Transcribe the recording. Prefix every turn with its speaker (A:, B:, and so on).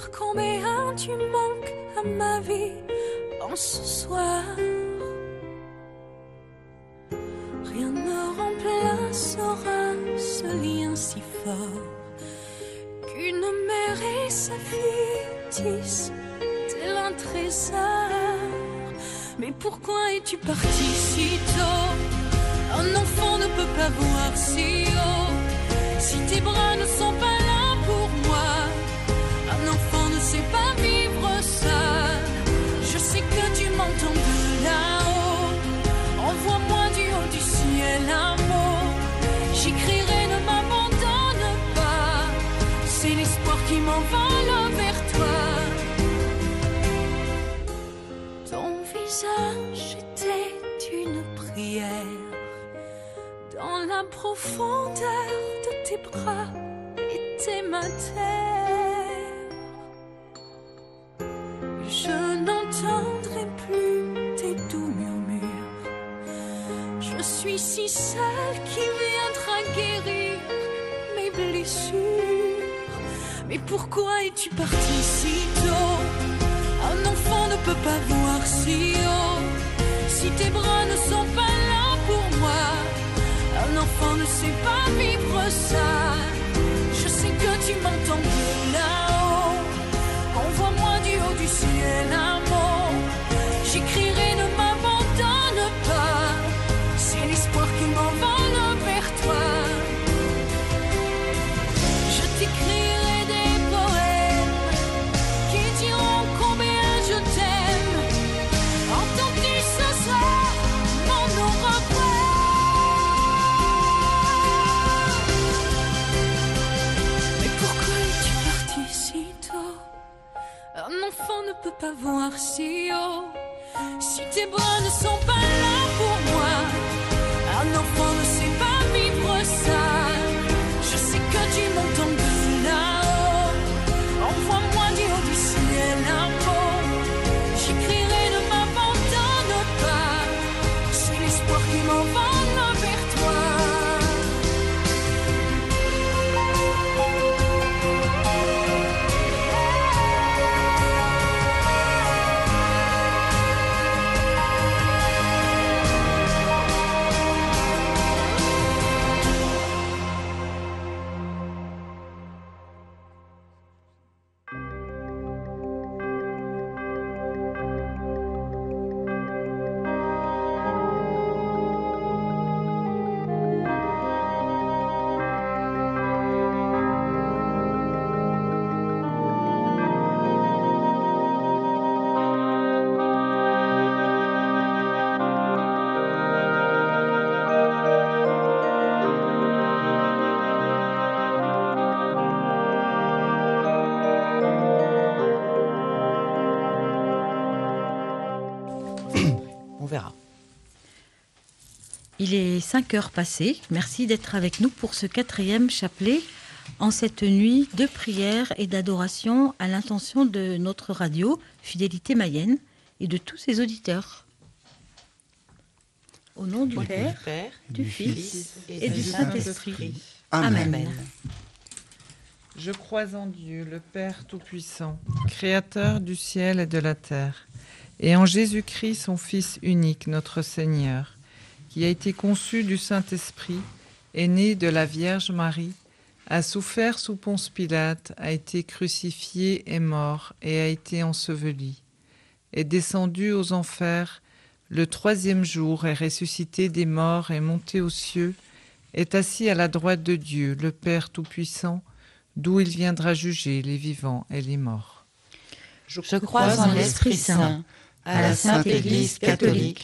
A: dire combien tu manques à ma vie en ce soir. Rien ne remplacera ce lien si fort qu'une mère et sa fille tissent tel un trésor. Mais pourquoi es-tu parti si tôt? Un enfant ne peut pas voir si haut. Si tes bras ne sont pas là pour moi, un enfant ne sait pas vivre seul. Je sais que tu m'entends de là-haut. Envoie-moi du haut du ciel un mot. J'écrirai ne m'abandonne pas. C'est l'espoir qui m'envole vers toi. Ton visage était une prière. Dans la profondeur de tes bras était ma terre. Je n'entendrai plus tes doux murmures. Je suis si seule qui viendra guérir mes blessures. Mais pourquoi es-tu parti si tôt? Un enfant ne peut pas voir si haut. Si tes bras ne sont pas là pour moi, un enfant ne sait pas vivre ça. Je sais que tu m'entends de là-haut. Envoie-moi du haut du ciel un mot. J'écrirai ne m'abandonne pas. C'est l'espoir qui m'envole vers toi. Je t'écrirai des poèmes qui diront combien je t'aime. Entends-tu ce soir mon nom refrain? Un enfant ne peut pas voir si haut. Si tes bras ne sont pas là pour moi, un enfant ne sait pas vivre ça. Je sais que tu m'entends de là-haut. Envoie-moi du haut du ciel un mot. J'écrirai ne m'abandonne pas. C'est l'espoir qui m'envole vers toi.
B: Il est 5 heures passées. Merci d'être avec nous pour ce 4e chapelet en cette nuit de prière et d'adoration à l'intention de notre radio Fidélité Mayenne et de tous ses auditeurs. Au nom du Père, du Fils et du Saint-Esprit. Amen.
C: Je crois en Dieu, le Père Tout-Puissant, Créateur du ciel et de la terre, et en Jésus-Christ, son Fils unique, notre Seigneur, qui a été conçu du Saint-Esprit, est né de la Vierge Marie, a souffert sous Ponce Pilate, a été crucifié et mort, et a été enseveli, est descendu aux enfers, le 3e jour est ressuscité des morts et monté aux cieux, est assis à la droite de Dieu, le Père Tout-Puissant, d'où il viendra juger les vivants et les morts.
D: Je crois en l'Esprit Saint, à la Sainte Église catholique,